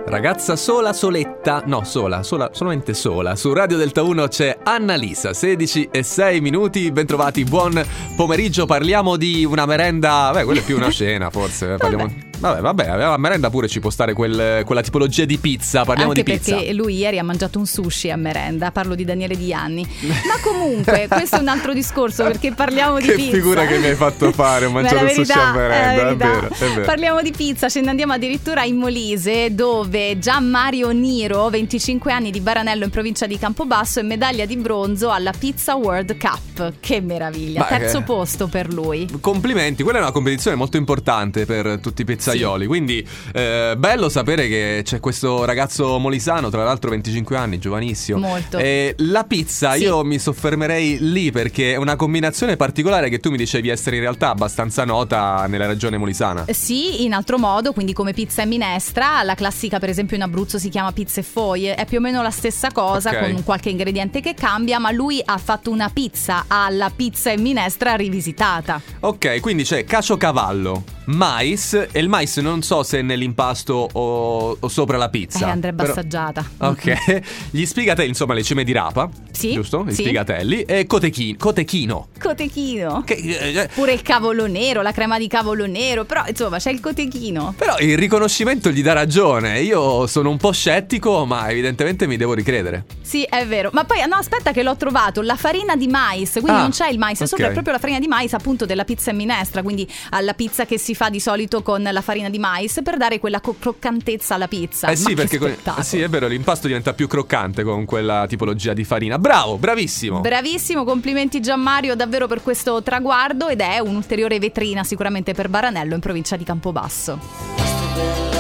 Ragazza sola, soletta, no, sola, solamente sola. Su Radio Delta 1 c'è Annalisa, 16:06, bentrovati, buon pomeriggio. Parliamo di una merenda, quella è più una cena forse, parliamo... Vabbè, la merenda pure ci può stare quella tipologia di pizza, parliamo anche di pizza. Perché lui ieri ha mangiato un sushi a merenda, parlo di Daniele Di Anni. Ma comunque, questo è un altro discorso, perché parliamo di pizza. Che figura che mi hai fatto fare, ho mangiato un sushi a merenda, è vero. Parliamo di pizza, ce ne andiamo addirittura in Molise, dove Gianmario Niro, 25 anni, di Baranello in provincia di Campobasso, e medaglia di bronzo alla Pizza World Cup. Che meraviglia, terzo posto per lui. Complimenti, quella è una competizione molto importante per tutti i pizzaioli. Sì. Quindi bello sapere che c'è questo ragazzo molisano, tra l'altro 25 anni, giovanissimo. Molto. La pizza, sì. Io mi soffermerei lì perché è una combinazione particolare che tu mi dicevi essere in realtà abbastanza nota nella regione molisana. Sì, in altro modo, quindi come pizza e minestra. La classica per esempio in Abruzzo si chiama pizza e foglie, è più o meno la stessa cosa, okay, con qualche ingrediente che cambia, ma lui ha fatto una pizza alla pizza e minestra rivisitata. Ok, quindi c'è caciocavallo, mais, e il mais non so se è nell'impasto o sopra la pizza. Andrebbe assaggiata. Ok. Gli sfigatelli, insomma le cime di rapa. Sì. Giusto? Gli sì. sfigatelli. E cotechino. Pure il cavolo nero, la crema di cavolo nero. Però insomma c'è il cotechino. Però il riconoscimento gli dà ragione. Io sono un po' scettico, ma evidentemente mi devo ricredere. Sì, è vero. Ma poi no, aspetta che l'ho trovato. La farina di mais. Quindi non c'è il mais, sopra è proprio la farina di mais, appunto, della pizza e minestra. Quindi alla pizza che si fa di solito con la farina di mais, per dare quella croccantezza alla pizza. Sì, perché sì, è vero, l'impasto diventa più croccante con quella tipologia di farina. Bravo, bravissimo, complimenti Gianmario davvero per questo traguardo, ed è un'ulteriore vetrina sicuramente per Baranello in provincia di Campobasso.